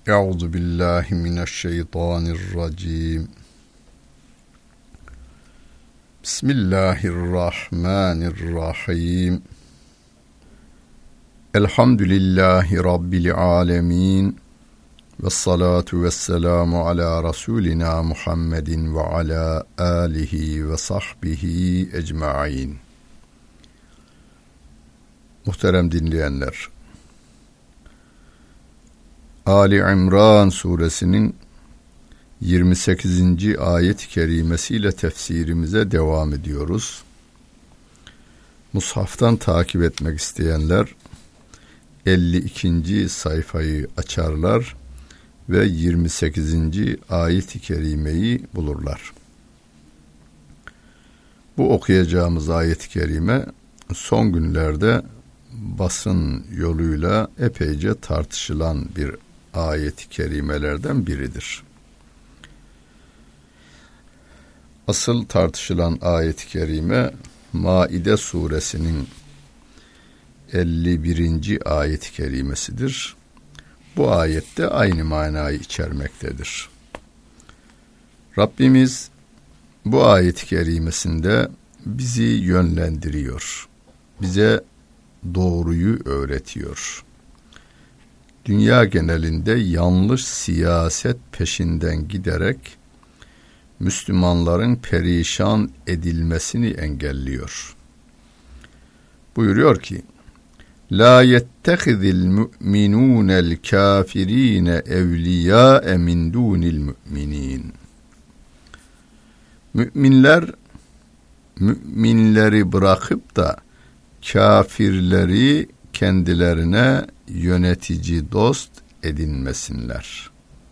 Euzu billahi mineşşeytanirracim. Bismillahirrahmanirrahim. Elhamdülillahi rabbil alamin. Vessalatu vesselamu ala rasulina Muhammedin ve ala alihi ve sahbihi ecmaîn. Muhterem dinleyenler, Ali İmran suresinin 28. ayet-i kerimesiyle tefsirimize devam ediyoruz. Mushaftan takip etmek isteyenler 52. sayfayı açarlar ve 28. ayet-i kerimeyi bulurlar. Bu okuyacağımız ayet-i kerime son günlerde basın yoluyla epeyce tartışılan bir ayet-i kerimelerden biridir. Asıl tartışılan ayet-i kerime Maide suresinin 51. ayet-i kerimesidir. Bu ayette aynı manayı içermektedir. Rabbimiz bu ayet-i kerimesinde bizi yönlendiriyor. Bize doğruyu öğretiyor. Dünya genelinde yanlış siyaset peşinden giderek Müslümanların perişan edilmesini engelliyor. Buyuruyor ki: La yettehizil mu'minûnel kâfirîne evliyâe min dûnil mu'minîn. Müminleri bırakıp da kafirleri kendilerine yönetici dost edinmesinler.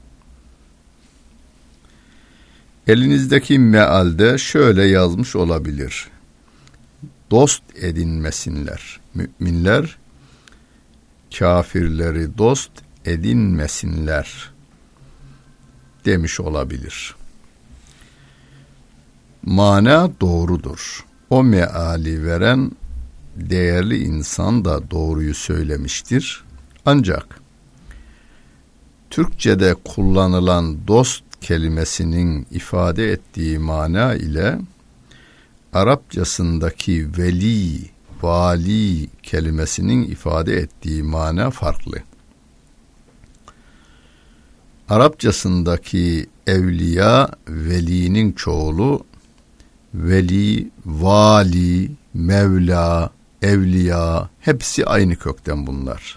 Elinizdeki mealde şöyle yazmış olabilir: dost edinmesinler. Müminler kafirleri dost edinmesinler demiş olabilir. Mana doğrudur. O meali veren değerli insan da doğruyu söylemiştir. Ancak Türkçe'de kullanılan dost kelimesinin ifade ettiği mana ile Arapçasındaki vali kelimesinin ifade ettiği mana farklı. Arapçasındaki evliya, velinin çoğulu, veli, vali, mevla, evliya hepsi aynı kökten bunlar.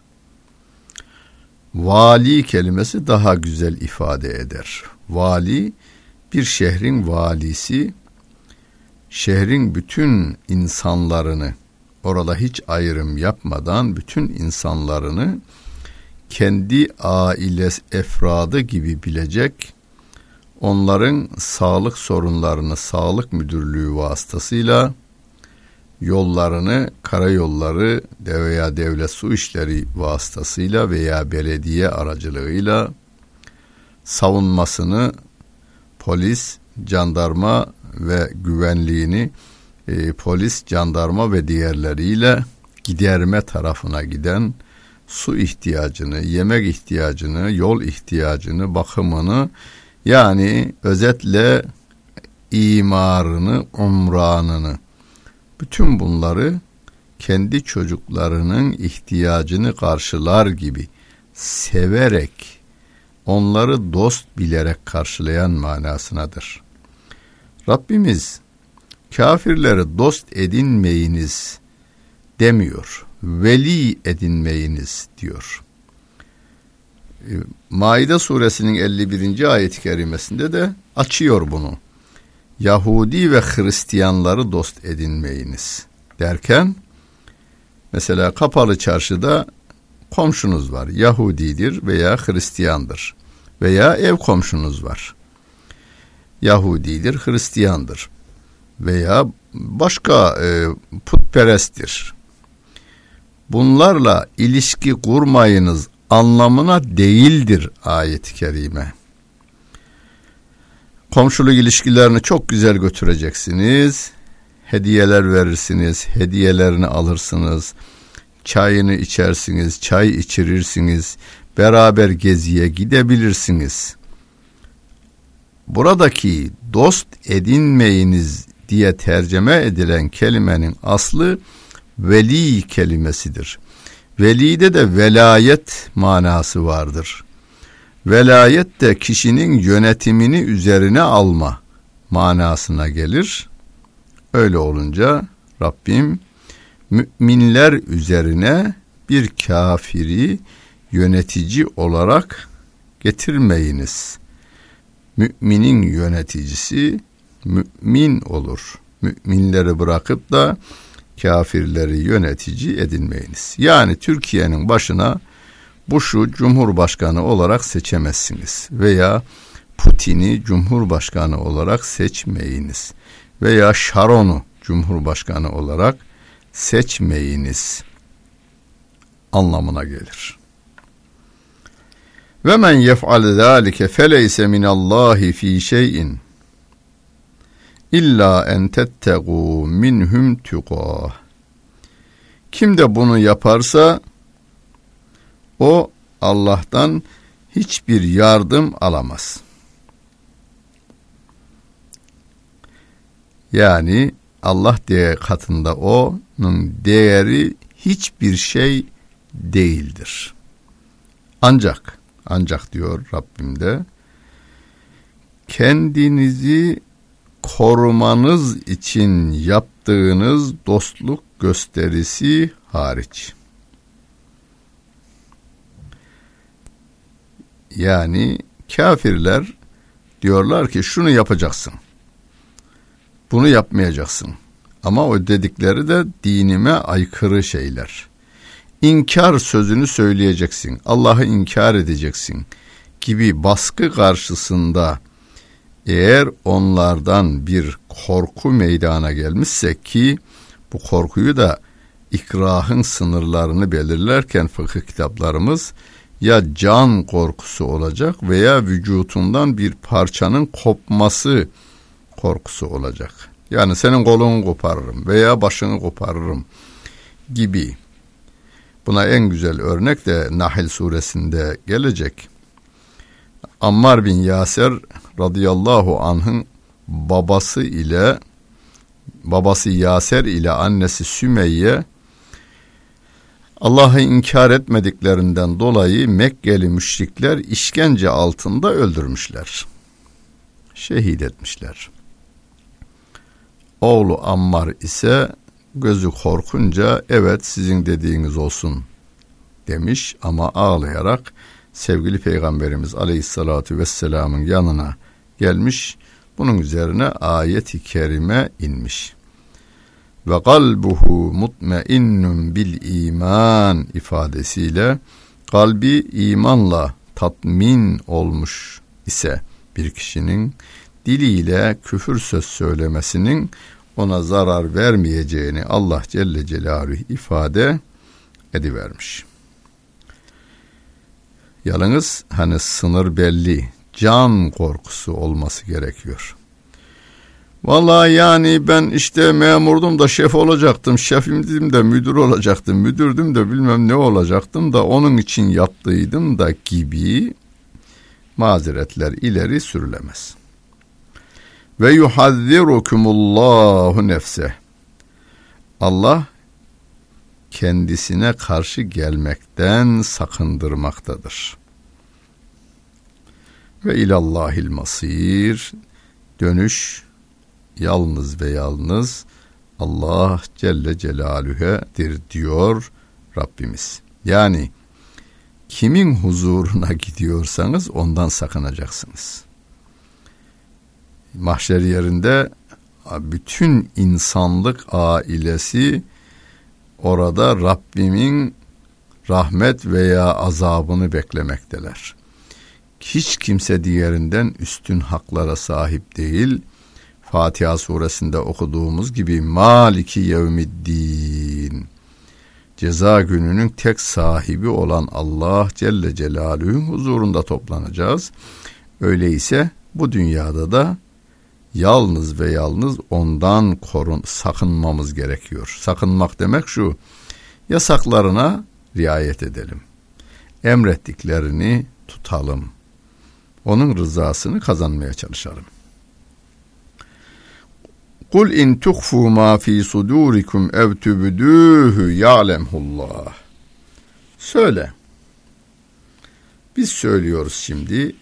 Vali kelimesi daha güzel ifade eder. Vali, bir şehrin valisi, şehrin bütün insanlarını, orada hiç ayrım yapmadan bütün insanlarını kendi ailesi efradı gibi bilecek, onların sağlık sorunlarını sağlık müdürlüğü vasıtasıyla, yollarını karayolları veya devlet su işleri vasıtasıyla veya belediye aracılığıyla savunmasını polis, jandarma ve güvenliğini polis, jandarma ve diğerleriyle giderme tarafına giden, su ihtiyacını, yemek ihtiyacını, yol ihtiyacını, bakımını, yani özetle imarını, umranını, bütün bunları kendi çocuklarının ihtiyacını karşılar gibi severek, onları dost bilerek karşılayan manasınadır. Rabbimiz kafirleri dost edinmeyiniz demiyor, veli edinmeyiniz diyor. Maide suresinin 51. ayet-i kerimesinde de açıyor bunu. Yahudi ve Hristiyanları dost edinmeyiniz derken, mesela kapalı çarşıda komşunuz var, Yahudidir veya Hristiyandır, veya ev komşunuz var, Yahudidir, Hristiyandır veya başka putperesttir. Bunlarla ilişki kurmayınız anlamına değildir ayet-i kerime. Komşuluk ilişkilerini çok güzel götüreceksiniz. Hediyeler verirsiniz, hediyelerini alırsınız. Çayını içersiniz, çay içirirsiniz. beraber geziye gidebilirsiniz. Buradaki dost edinmeyiniz diye tercüme edilen kelimenin aslı veli kelimesidir. Veli'de de velayet manası vardır. Velayet de kişinin yönetimini üzerine alma manasına gelir. Öyle olunca Rabbim müminler üzerine bir kafiri yönetici olarak getirmeyiniz. Müminin yöneticisi mümin olur. Müminleri bırakıp da kafirleri yönetici edinmeyiniz. Yani Türkiye'nin başına Bush'u Cumhurbaşkanı olarak seçemezsiniz veya Putin'i Cumhurbaşkanı olarak seçmeyiniz veya Sharon'u Cumhurbaşkanı olarak seçmeyiniz anlamına gelir. Ve men yef'al zâlike feleyse minallahi fî şey'in illa en tettegû minhum tuqâh. Kim de bunu yaparsa o Allah'tan hiçbir yardım alamaz. Yani Allah katında onun değeri hiçbir şey değildir. Ancak diyor Rabbim de kendinizi korumanız için yaptığınız dostluk gösterisi hariç. Yani kafirler diyorlar ki şunu yapacaksın, bunu yapmayacaksın. Ama o dedikleri de dinime aykırı şeyler. İnkar sözünü söyleyeceksin, Allah'ı inkar edeceksin gibi baskı karşısında eğer onlardan bir korku meydana gelmişse, ki bu korkuyu da ikrahın sınırlarını belirlerken fıkıh kitaplarımız ya can korkusu olacak veya vücutundan bir parçanın kopması korkusu olacak. Yani senin kolunu koparırım veya başını koparırım gibi. Buna en güzel örnek de Nahl suresinde gelecek. Ammar bin Yasir radıyallahu anh'ın babası Yasir ile annesi Sümeyye Allah'ı inkar etmediklerinden dolayı Mekkeli müşrikler işkence altında öldürmüşler. Şehit etmişler. Oğlu Ammar ise gözü korkunca evet sizin dediğiniz olsun demiş ama ağlayarak sevgili Peygamberimiz Aleyhissalatu vesselam'ın yanına gelmiş. Bunun üzerine ayet-i kerime inmiş. Ve kalbuhu mutmainnun bil iman ifadesiyle kalbi imanla tatmin olmuş ise bir kişinin diliyle küfür söz söylemesinin ona zarar vermeyeceğini Allah Celle Celaluhu ifade edivermiş. Yalnız hani sınır belli, can korkusu olması gerekiyor. Vallahi yani ben işte memurdum da şef olacaktım, şefimdim de müdür olacaktım, müdürdüm de bilmem ne olacaktım da onun için yaptıydım da gibi mazeretler ileri sürülemez. Ve yuhazzirukumullahu nefse. Allah kendisine karşı gelmekten sakındırmaktadır. Ve ilallahil masir. Dönüş yalnız ve yalnız Allah Celle Celaluhu'dir diyor Rabbimiz. Yani kimin huzuruna gidiyorsanız ondan sakınacaksınız. Mahşer yerinde bütün insanlık ailesi orada Rabbimin rahmet veya azabını beklemekteler. Hiç kimse diğerinden üstün haklara sahip değil. Fatiha suresinde okuduğumuz gibi Maliki Yevmiddin. Ceza gününün tek sahibi olan Allah Celle Celaluhu'nun huzurunda toplanacağız. Öyleyse bu dünyada da yalnız ve yalnız ondan sakınmamız gerekiyor. Sakınmak demek şu: yasaklarına riayet edelim. emrettiklerini tutalım. Onun rızasını kazanmaya çalışalım. Kul in tuhfu ma fi sudurikum ev tubduhu ya'lemullah. Söyle. Biz söylüyoruz şimdi.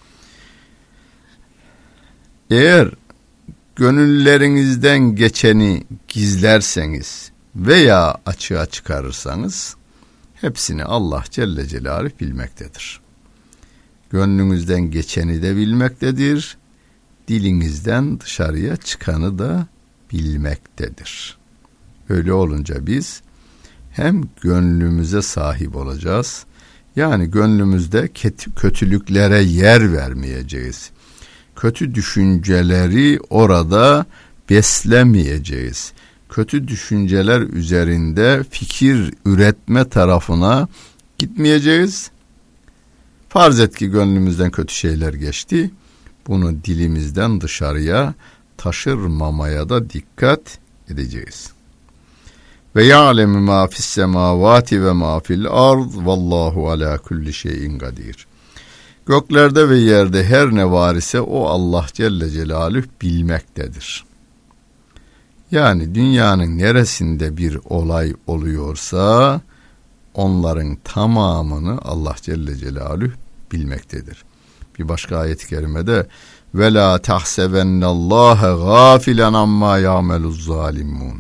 Eğer gönüllerinizden geçeni gizlerseniz veya açığa çıkarırsanız hepsini Allah Celle Celaluhu bilmektedir. Gönlünüzden geçeni de bilmektedir. Dilinizden dışarıya çıkanı da bilmektedir. Öyle olunca biz hem gönlümüze sahip olacağız. Yani gönlümüzde kötülüklere yer vermeyeceğiz. Kötü düşünceleri orada beslemeyeceğiz. Kötü düşünceler üzerinde fikir üretme tarafına gitmeyeceğiz. Farz et ki gönlümüzden kötü şeyler geçti. Bunu dilimizden dışarıya taşırmamaya da dikkat edeceğiz. Ve ya'lemu ma fis semavati ve ma fil ard vallahu ala kulli şeyin kadir. Göklerde ve yerde her ne var ise o Allah Celle Celaluhu bilmektedir. Yani dünyanın neresinde bir olay oluyorsa onların tamamını Allah Celle Celaluhu bilmektedir. Bir başka ayet-i kerimede ve la tahsebennallâhe gâfilen amma ya'meluz zalimun.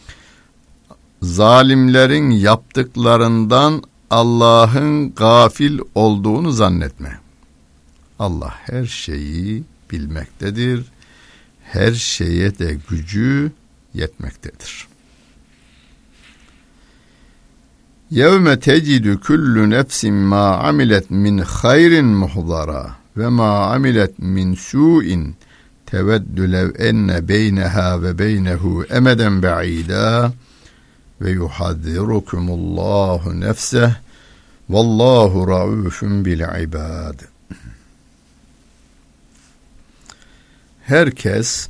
Zalimlerin yaptıklarından Allah'ın gafil olduğunu zannetme. Allah her şeyi bilmektedir. Her şeye de gücü yetmektedir. Yevme tecidü küllü nefsin ma amilet min hayrin muhdara ve ma amilet min su'in teveddü lev enne beyneha ve beynehu emeden ba'ida ve yuhaddirukumullahu nefseh vallahu raufun bil ibad. Herkes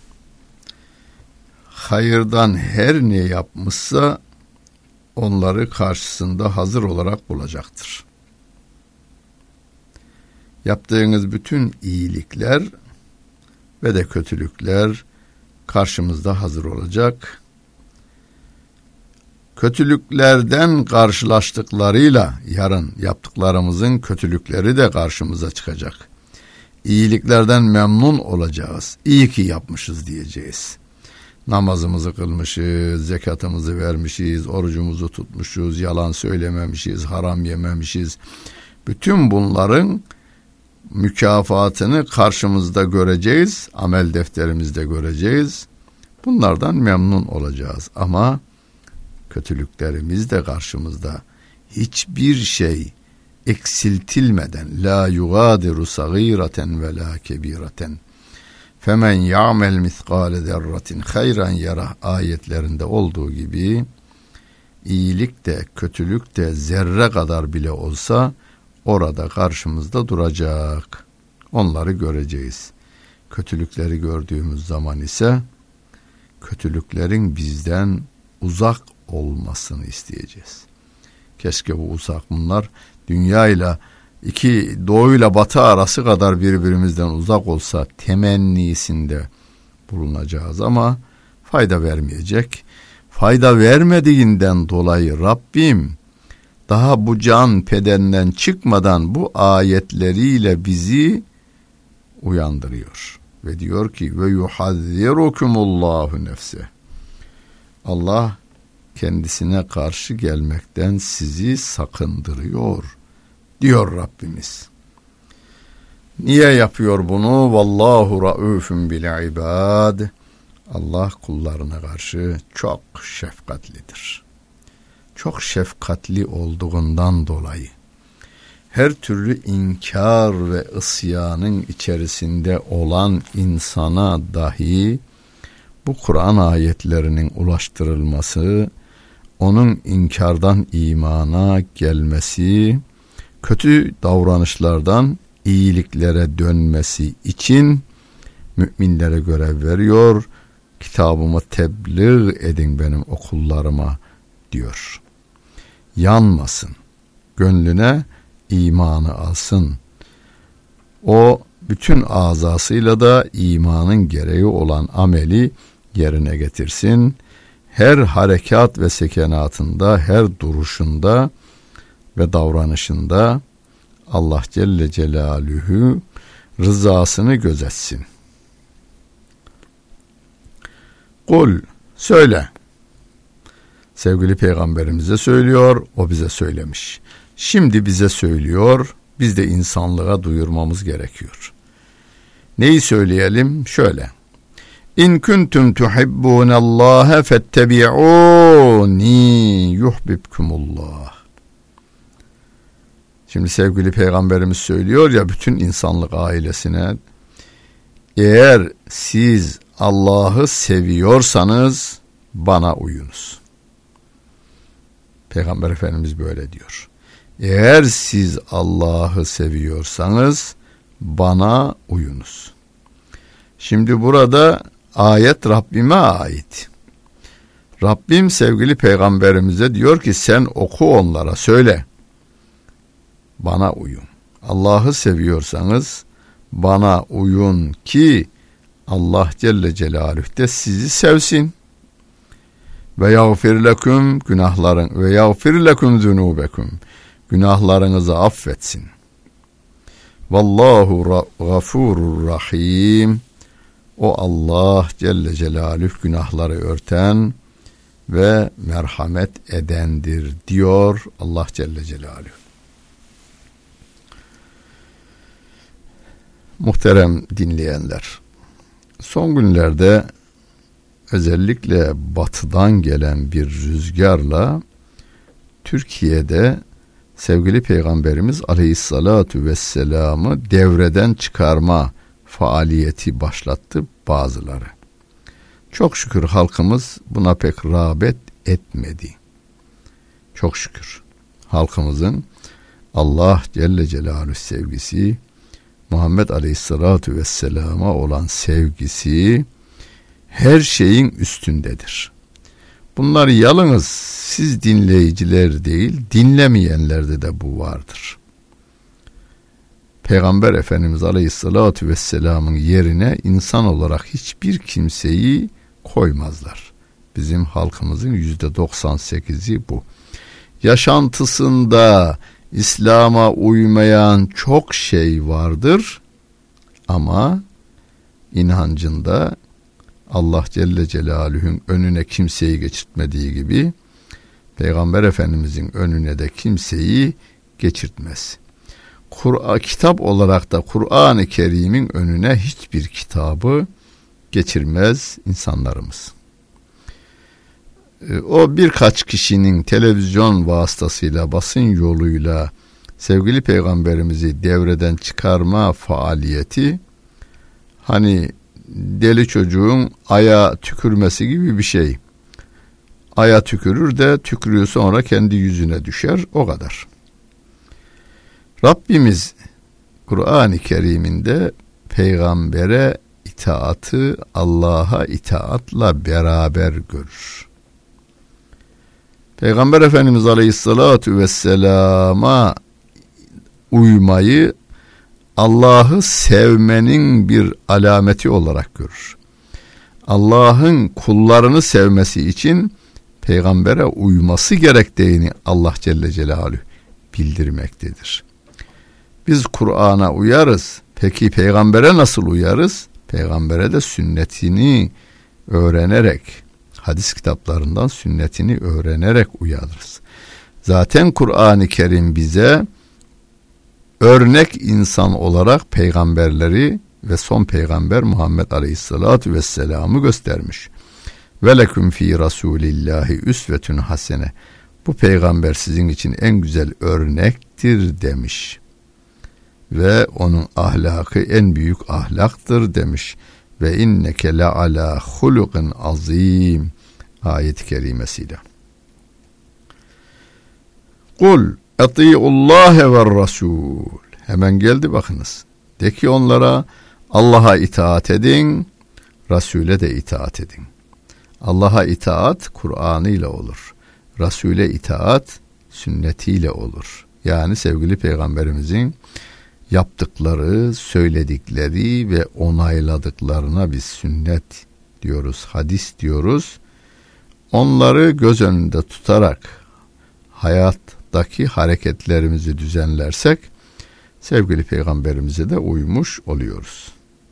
hayırdan her ne yapmışsa onları karşısında hazır olarak bulacaktır. Yaptığınız bütün iyilikler ve de kötülükler karşımızda hazır olacak. Kötülüklerden karşılaştıklarıyla yarın yaptıklarımızın kötülükleri de karşımıza çıkacak. İyiliklerden memnun olacağız. İyi ki yapmışız diyeceğiz. Namazımızı kılmışız, zekatımızı vermişiz, orucumuzu tutmuşuz, yalan söylememişiz, haram yememişiz. Bütün bunların mükafatını karşımızda göreceğiz, amel defterimizde göreceğiz. Bunlardan memnun olacağız ama kötülüklerimiz de karşımızda. Hiçbir şey eksiltilmeden la yugadiru sagiraten ve la kebireten femen ya'mel miskale zerratin hayran yara ayetlerinde olduğu gibi iyilik de kötülük de zerre kadar bile olsa orada karşımızda duracak. Onları göreceğiz. Kötülükleri gördüğümüz zaman ise kötülüklerin bizden uzak olmasını isteyeceğiz. Keşke bu uzak bunlar dünya ile iki doğuyla batı arası kadar birbirimizden uzak olsa temennisinde bulunacağız ama fayda vermeyecek. Fayda vermediğinden dolayı Rabbim daha bu can bedenden çıkmadan bu ayetleriyle bizi uyandırıyor ve diyor ki ve yuhazzirukumullahu nefse. Allah kendisine karşı gelmekten sizi sakındırıyor diyor Rabbimiz. Niye yapıyor bunu? Vallahu raufun bil ibad. Allah kullarına karşı çok şefkatlidir. Çok şefkatli olduğundan dolayı her türlü inkar ve isyanın içerisinde olan insana dahi bu Kur'an ayetlerinin ulaştırılması, onun inkardan imana gelmesi, kötü davranışlardan iyiliklere dönmesi için müminlere görev veriyor. Kitabımı tebliğ edin benim okullarıma diyor. Yanmasın, gönlüne imanı alsın. O bütün azasıyla da imanın gereği olan ameli yerine getirsin. Her harekat ve sekenatında, her duruşunda ve davranışında Allah Celle Celaluhu rızasını gözetsin. Kul, söyle. Sevgili Peygamberimize söylüyor, o bize söylemiş. Şimdi bize söylüyor, biz de insanlığa duyurmamız gerekiyor. Neyi söyleyelim? Şöyle. İn kuntum tuhibbunallaha fettebi'uni yuhbibkumullah. Şimdi sevgili Peygamberimiz söylüyor ya bütün insanlık ailesine, eğer siz Allah'ı seviyorsanız bana uyunuz. Peygamber Efendimiz böyle diyor. Eğer siz Allah'ı seviyorsanız bana uyunuz. Şimdi burada ayet Rabbime ait. Rabbim sevgili Peygamberimize diyor ki sen oku onlara, söyle. Bana uyun. Allah'ı seviyorsanız bana uyun ki Allah Celle Celaluhu de sizi sevsin. Ve yağfir leküm günahların ve yağfir leküm zunubekum, günahlarınızı affetsin. Vallahu gafurur rahim. O Allah Celle Celaluhu günahları örten ve merhamet edendir diyor Allah Celle Celaluhu. Muhterem dinleyenler, son günlerde özellikle batıdan gelen bir rüzgarla Türkiye'de sevgili Peygamberimiz Aleyhissalatu vesselam'ı devreden çıkarma faaliyeti başlattı bazıları. Çok şükür halkımız buna pek rağbet etmedi. Çok şükür halkımızın Allah Celle Celaluhu sevgisi, Muhammed Aleyhissalatu vesselama olan sevgisi her şeyin üstündedir. Bunlar yalnız siz dinleyiciler değil, dinlemeyenlerde de bu vardır. Peygamber Efendimiz Aleyhissalatu vesselamın yerine insan olarak hiçbir kimseyi koymazlar. Bizim halkımızın %98'i bu. Yaşantısında İslam'a uymayan çok şey vardır ama inancında Allah Celle Celaluhu'nun önüne kimseyi geçirtmediği gibi Peygamber Efendimizin önüne de kimseyi geçirtmez. Kitap olarak da Kur'an-ı Kerim'in önüne hiçbir kitabı geçirmez insanlarımız. O birkaç kişinin televizyon vasıtasıyla, basın yoluyla sevgili Peygamberimizi devreden çıkarma faaliyeti, hani deli çocuğun aya tükürmesi gibi bir şey. Aya tükürür de tükürüyor sonra kendi yüzüne düşer, o kadar. Rabbimiz Kur'an-ı Kerim'inde peygambere itaatı Allah'a itaatla beraber görür. Peygamber Efendimiz Aleyhissalatu vesselama uymayı Allah'ı sevmenin bir alameti olarak görür. Allah'ın kullarını sevmesi için peygambere uyması gerektiğini Allah Celle Celaluhu bildirmektedir. Biz Kur'an'a uyarız. Peki peygambere nasıl uyarız? Peygambere de sünnetini öğrenerek, hadis kitaplarından sünnetini öğrenerek uyarız. Zaten Kur'an-ı Kerim bize örnek insan olarak peygamberleri ve son peygamber Muhammed Aleyhissalatu vesselam'ı göstermiş. Ve leküm fi rasulillahi üsvetun hasene. Bu peygamber sizin için en güzel örnektir demiş. Ve onun ahlakı en büyük ahlaktır demiş. Ve inneke la ala hulukin azim ayet-i kerimesiyle. Kul eti'ullâhe ve rasûl. Hemen geldi bakınız. De ki onlara Allah'a itaat edin, Resul'e de itaat edin. Allah'a itaat Kur'an'ıyla olur. Resul'e itaat sünnetiyle olur. Yani sevgili Peygamberimizin yaptıkları, söyledikleri ve onayladıklarına biz sünnet diyoruz, hadis diyoruz. Onları göz önünde tutarak hayattaki hareketlerimizi düzenlersek sevgili Peygamberimize de uymuş oluyoruz.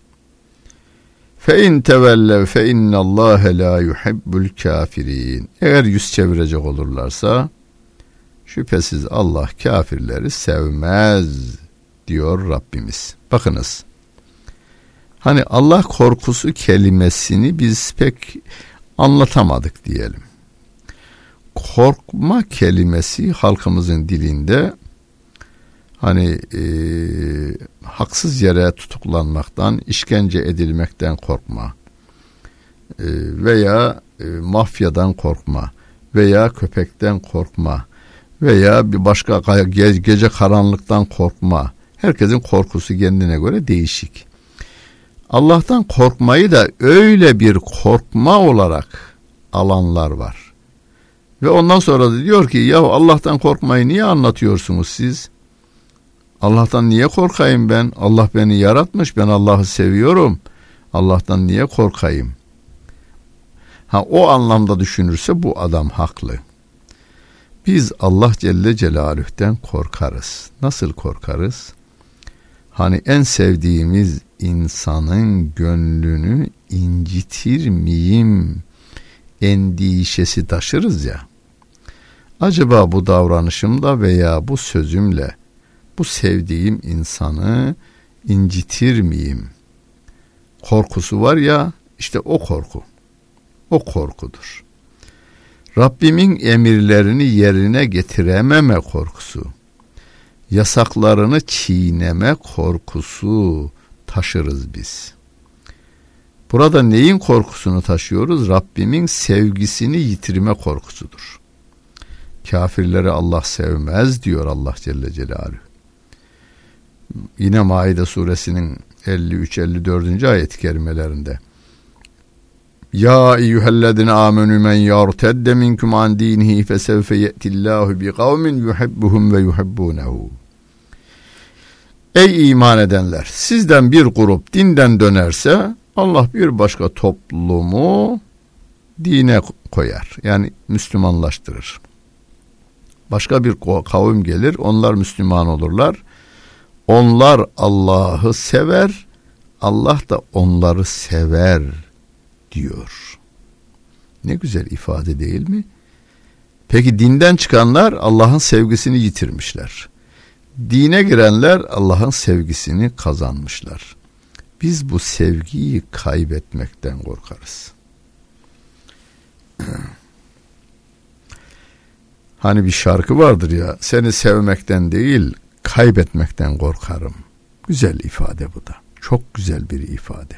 فَاِنْ تَوَلَّوْا فَاِنَّ اللّٰهَ لَا يُحِبُّ الْكَافِرِينَ. Eğer yüz çevirecek olurlarsa şüphesiz Allah kafirleri sevmez diyor Rabbimiz. Bakınız, hani Allah korkusu kelimesini biz pek anlatamadık diyelim. Korkma kelimesi halkımızın dilinde hani haksız yere tutuklanmaktan, işkence edilmekten korkma veya mafyadan korkma veya köpekten korkma veya bir başka gece karanlıktan korkma. Herkesin korkusu kendine göre değişik. Allah'tan korkmayı da öyle bir korkma olarak alanlar var. Ve ondan sonra da diyor ki ya Allah'tan korkmayı niye anlatıyorsunuz siz? Allah'tan niye korkayım ben? Allah beni yaratmış, ben Allah'ı seviyorum. Allah'tan niye korkayım? O anlamda düşünürse bu adam haklı. Biz Allah Celle Celaluhu'dan korkarız. Nasıl korkarız? Hani en sevdiğimiz insanın gönlünü incitir miyim endişesi taşırız ya. Acaba bu davranışımla veya bu sözümle bu sevdiğim insanı incitir miyim? Korkusu var ya, işte o korku. O korkudur. Rabbimin emirlerini yerine getirememe korkusu, yasaklarını çiğneme korkusu taşırız biz. Burada neyin korkusunu taşıyoruz? Rabbimin sevgisini yitirme korkusudur. Kafirleri Allah sevmez diyor Allah Celle Celaluhu. Yine Maide suresinin 53-54. ayet-i kerimelerinde Ya eyyühellezine amenü men yartedde minkum an dinihi fesevfe ye'tillahu bi kavmin yuhibbuhum ve yuhibbunehu. Ey iman edenler! Sizden bir grup dinden dönerse Allah bir başka toplumu dine koyar. Yani Müslümanlaştırır. Başka bir kavim gelir, onlar Müslüman olurlar. Onlar Allah'ı sever, Allah da onları sever diyor. Ne güzel ifade değil mi? Peki dinden çıkanlar Allah'ın sevgisini yitirmişler. Dine girenler Allah'ın sevgisini kazanmışlar. Biz bu sevgiyi kaybetmekten korkarız. Hani bir şarkı vardır ya, seni sevmekten değil, kaybetmekten korkarım. Güzel ifade bu da. Çok güzel bir ifade.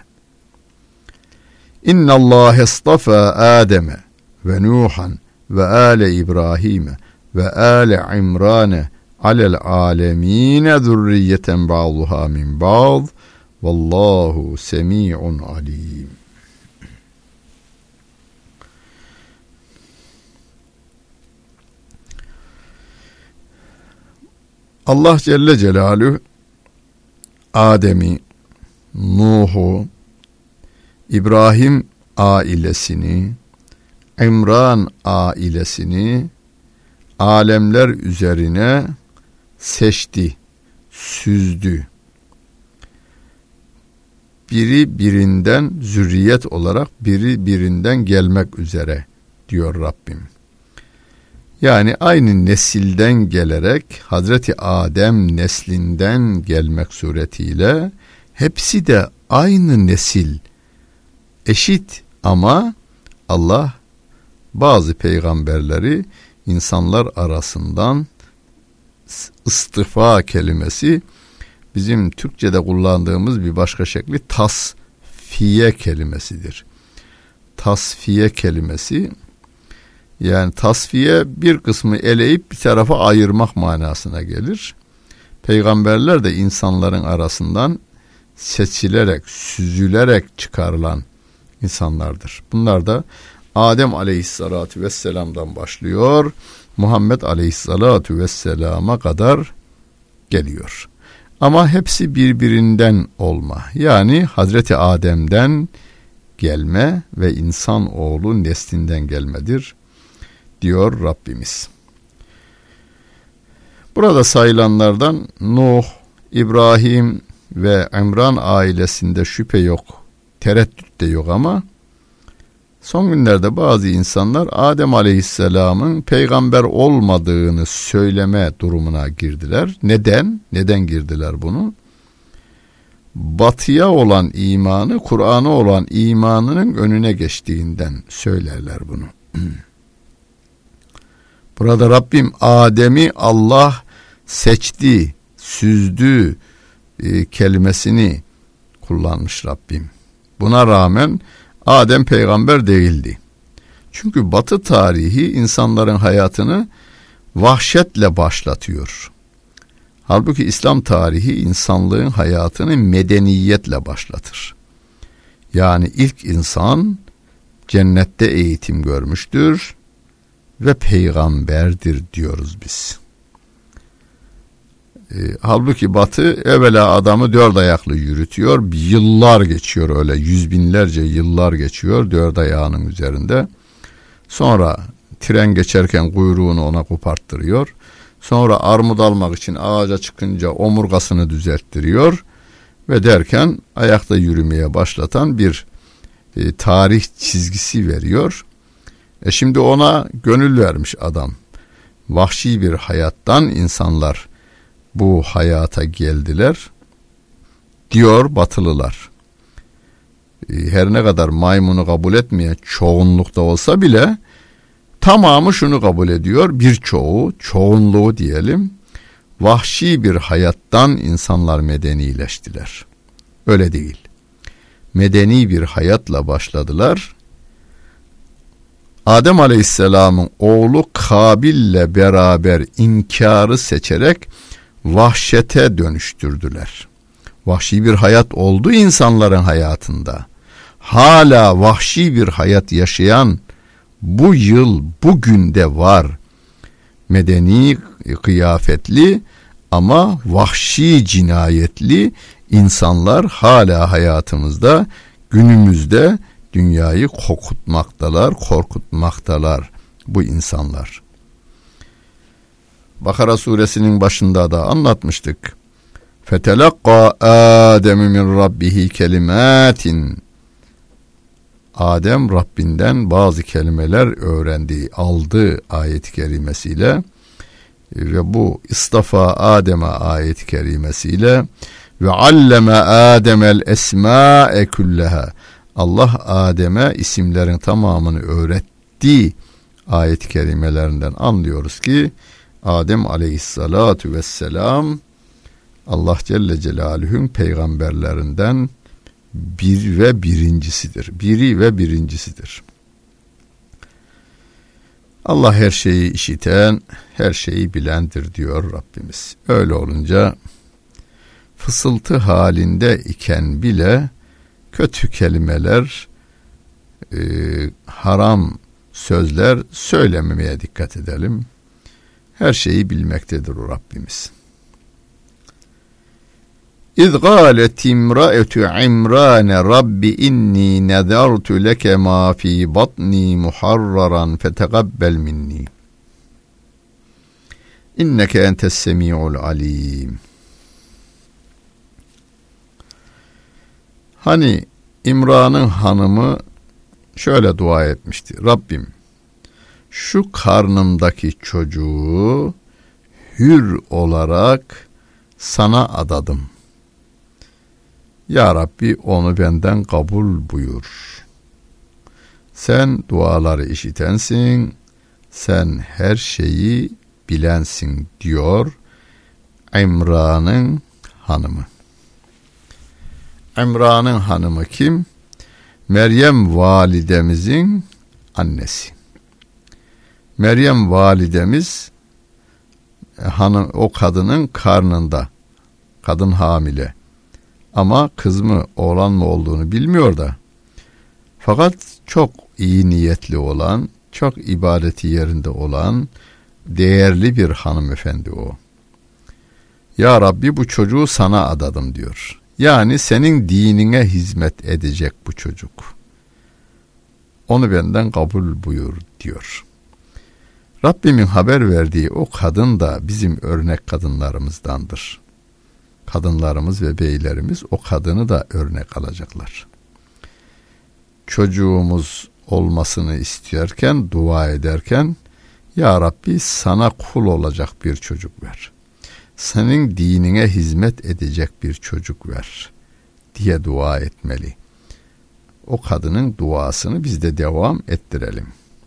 İnna Allah istafa Adem'e ve Nuhan ve ale İbrahim'e ve ale İmran'e alel alemine zürriyeten ba'duha min ba'd vallahu semi'un alim. Allah Celle Celaluhu Adem'i, Nuh'u, İbrahim ailesini, İmran ailesini alemler üzerine seçti, süzdü. Biri birinden zürriyet olarak biri birinden gelmek üzere diyor Rabbim. Yani aynı nesilden gelerek Hazreti Adem neslinden gelmek suretiyle hepsi de aynı nesil, eşit, ama Allah bazı peygamberleri insanlar arasından istifa kelimesi, bizim Türkçe'de kullandığımız bir başka şekli tasfiye kelimesidir. Tasfiye kelimesi, yani tasfiye bir kısmı eleyip bir tarafa ayırmak manasına gelir. Peygamberler de insanların arasından seçilerek, süzülerek çıkarılan insanlardır. Bunlar da Adem aleyhissalatu vesselam'dan başlıyor. Muhammed Aleyhisselatu Vesselam'a kadar geliyor. Ama hepsi birbirinden olma. Yani Hazreti Adem'den gelme ve insanoğlu neslinden gelmedir diyor Rabbimiz. Burada sayılanlardan Nuh, İbrahim ve İmran ailesinde şüphe yok, tereddüt de yok ama son günlerde bazı insanlar Adem Aleyhisselam'ın peygamber olmadığını söyleme durumuna girdiler. Neden? Neden girdiler bunu? Batıya olan imanı, Kur'an'a olan imanının önüne geçtiğinden söylerler bunu. Burada Rabbim Adem'i Allah seçti, süzdü kelimesini kullanmış Rabbim. Buna rağmen Adem peygamber değildi. Çünkü Batı tarihi insanların hayatını vahşetle başlatıyor. Halbuki İslam tarihi insanlığın hayatını medeniyetle başlatır. Yani ilk insan cennette eğitim görmüştür ve peygamberdir diyoruz biz. Halbuki Batı evvela adamı dört ayaklı yürütüyor. Yıllar geçiyor öyle, yüz binlerce yıllar geçiyor dört ayağının üzerinde. Sonra tren geçerken kuyruğunu ona koparttırıyor. Sonra armut almak için ağaca çıkınca omurgasını düzelttiriyor. Ve derken ayakta yürümeye başlatan bir tarih çizgisi veriyor. Şimdi ona gönül vermiş adam. Vahşi bir hayattan insanlar bu hayata geldiler diyor Batılılar. Her ne kadar maymunu kabul etmeyen çoğunlukta olsa bile tamamı şunu kabul ediyor. Birçoğu, çoğunluğu diyelim, vahşi bir hayattan insanlar medenileştiler. Öyle değil. Medeni bir hayatla başladılar. Adem Aleyhisselam'ın oğlu Kabil'le beraber inkarı seçerek vahşete dönüştürdüler. Vahşi bir hayat oldu insanların hayatında. Hala vahşi bir hayat yaşayan bu yıl, bugün de var. Medeni, kıyafetli ama vahşi cinayetli insanlar hala hayatımızda, günümüzde dünyayı kokutmaktalar, korkutmaktalar bu insanlar. Bakara suresinin başında da anlatmıştık. Fetelakka Adem min rabbihi kelimatin. Adem Rabbinden bazı kelimeler öğrendi, aldı ayet-i kerimesiyle ve bu istafa Adem'e ayet-i kerimesiyle ve alleme Adem'el esma'e kulleha. Allah Adem'e isimlerin tamamını öğretti ayet-i kerimelerinden anlıyoruz ki Adem aleyhissalatu vesselam Allah Celle Celaluhu'nun peygamberlerinden biri ve birincisidir. Allah her şeyi işiten, her şeyi bilendir diyor Rabbimiz. Öyle olunca fısıltı halinde iken bile kötü kelimeler, haram sözler söylememeye dikkat edelim. Her şeyi bilmektedir o Rabbimiz. İz gâlet imra'etu İmrâne Rabbi inni nezartu leke mâ fî batnî muharraran fetegabbel minni. İnneke entes semî'ul alîm. Hani İmran'ın hanımı şöyle dua etmişti. Rabbim, şu karnımdaki çocuğu hür olarak sana adadım. Ya Rabbi onu benden kabul buyur. Sen duaları işitensin, sen her şeyi bilensin diyor İmran'ın hanımı. İmran'ın hanımı kim? Meryem validemizin annesi. Meryem validemiz hanım, o kadının karnında. Kadın hamile. Ama kız mı oğlan mı olduğunu bilmiyor da. Fakat çok iyi niyetli olan, çok ibadeti yerinde olan, değerli bir hanımefendi o. Ya Rabbi bu çocuğu sana adadım diyor. Yani senin dinine hizmet edecek bu çocuk. Onu benden kabul buyur diyor. Rabbimin haber verdiği o kadın da bizim örnek kadınlarımızdandır. Kadınlarımız ve beylerimiz o kadını da örnek alacaklar. Çocuğumuz olmasını isterken, dua ederken, Ya Rabbi sana kul olacak bir çocuk ver. Senin dinine hizmet edecek bir çocuk ver diye dua etmeli. O kadının duasını biz de devam ettirelim.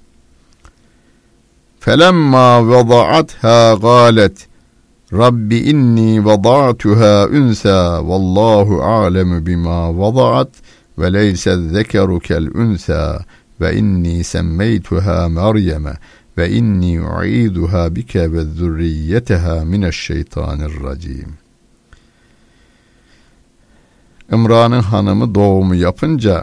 فَلَمَّا وَضَعَتْهَا قَالَتْ رَبِّ إِنِّي وَضَعْتُهَا أُنْثَى وَاللّٰهُ أَعْلَمُ بِمَا وَضَعَتْ وَلَيْسَ الذَّكَرُ كَالْأُنْثَى وَإِنِّي سَمَّيْتُهَا مَرْيَمَ وَإِنِّي أُعِيدُهَا بِكَ وَذُرِّيَّتَهَا مِنَ الشَّيْطَانِ الرَّجِيمِ. İmran'ın hanımı doğumu yapınca,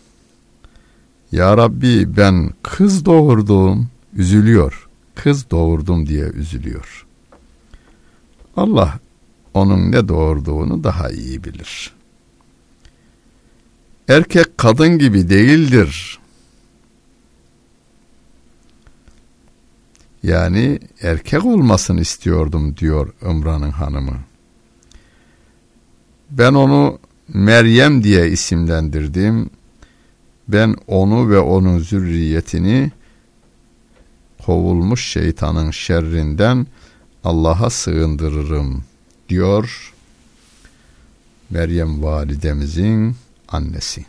Ya Rabbi ben kız doğurdum, üzülüyor. Kız doğurdum diye üzülüyor. Allah onun ne doğurduğunu daha iyi bilir. Erkek kadın gibi değildir. Yani erkek olmasını istiyordum diyor İmran'ın hanımı. Ben onu Meryem diye isimlendirdim. Ben onu ve onun zürriyetini kovulmuş şeytanın şerrinden Allah'a sığındırırım diyor Meryem validemizin annesi.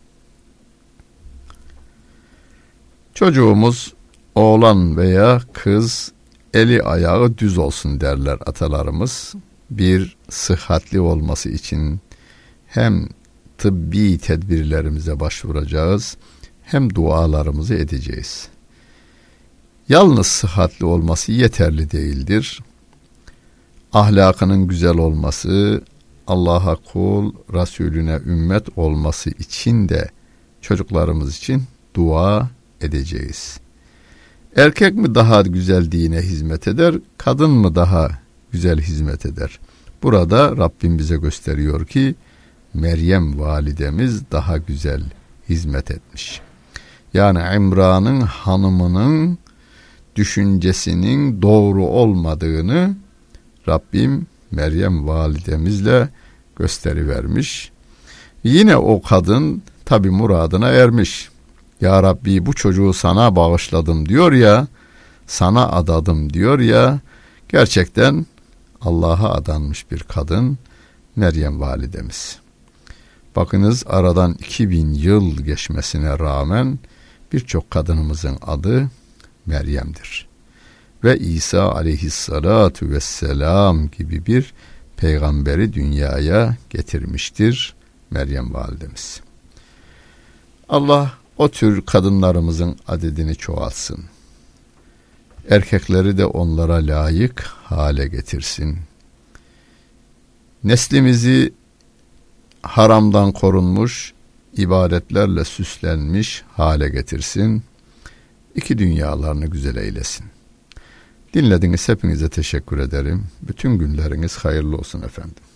Çocuğumuz oğlan veya kız eli ayağı düz olsun derler atalarımız. Bir sıhhatli olması için hem tıbbi tedbirlerimize başvuracağız hem dualarımızı edeceğiz. Yalnız sıhhatli olması yeterli değildir. Ahlakının güzel olması, Allah'a kul, Resulüne ümmet olması için de çocuklarımız için dua edeceğiz. Erkek mi daha güzel dine hizmet eder, kadın mı daha güzel hizmet eder? Burada Rabbim bize gösteriyor ki Meryem validemiz daha güzel hizmet etmiş. Yani İmran'ın hanımının düşüncesinin doğru olmadığını Rabbim Meryem validemizle gösterivermiş. Yine o kadın tabi muradına ermiş. Ya Rabbi bu çocuğu sana bağışladım diyor ya, sana adadım diyor ya, gerçekten Allah'a adanmış bir kadın Meryem validemiz. Bakınız aradan 2000 yıl geçmesine rağmen birçok kadınımızın adı Meryem'dir. Ve İsa aleyhissalatu vesselam gibi bir peygamberi dünyaya getirmiştir Meryem validemiz. Allah o tür kadınlarımızın adedini çoğaltsın. Erkekleri de onlara layık hale getirsin. Neslimizi haramdan korunmuş, ibadetlerle süslenmiş hale getirsin. İki dünyalarını güzel eylesin. Dinlediğiniz hepinize teşekkür ederim. Bütün günleriniz hayırlı olsun efendim.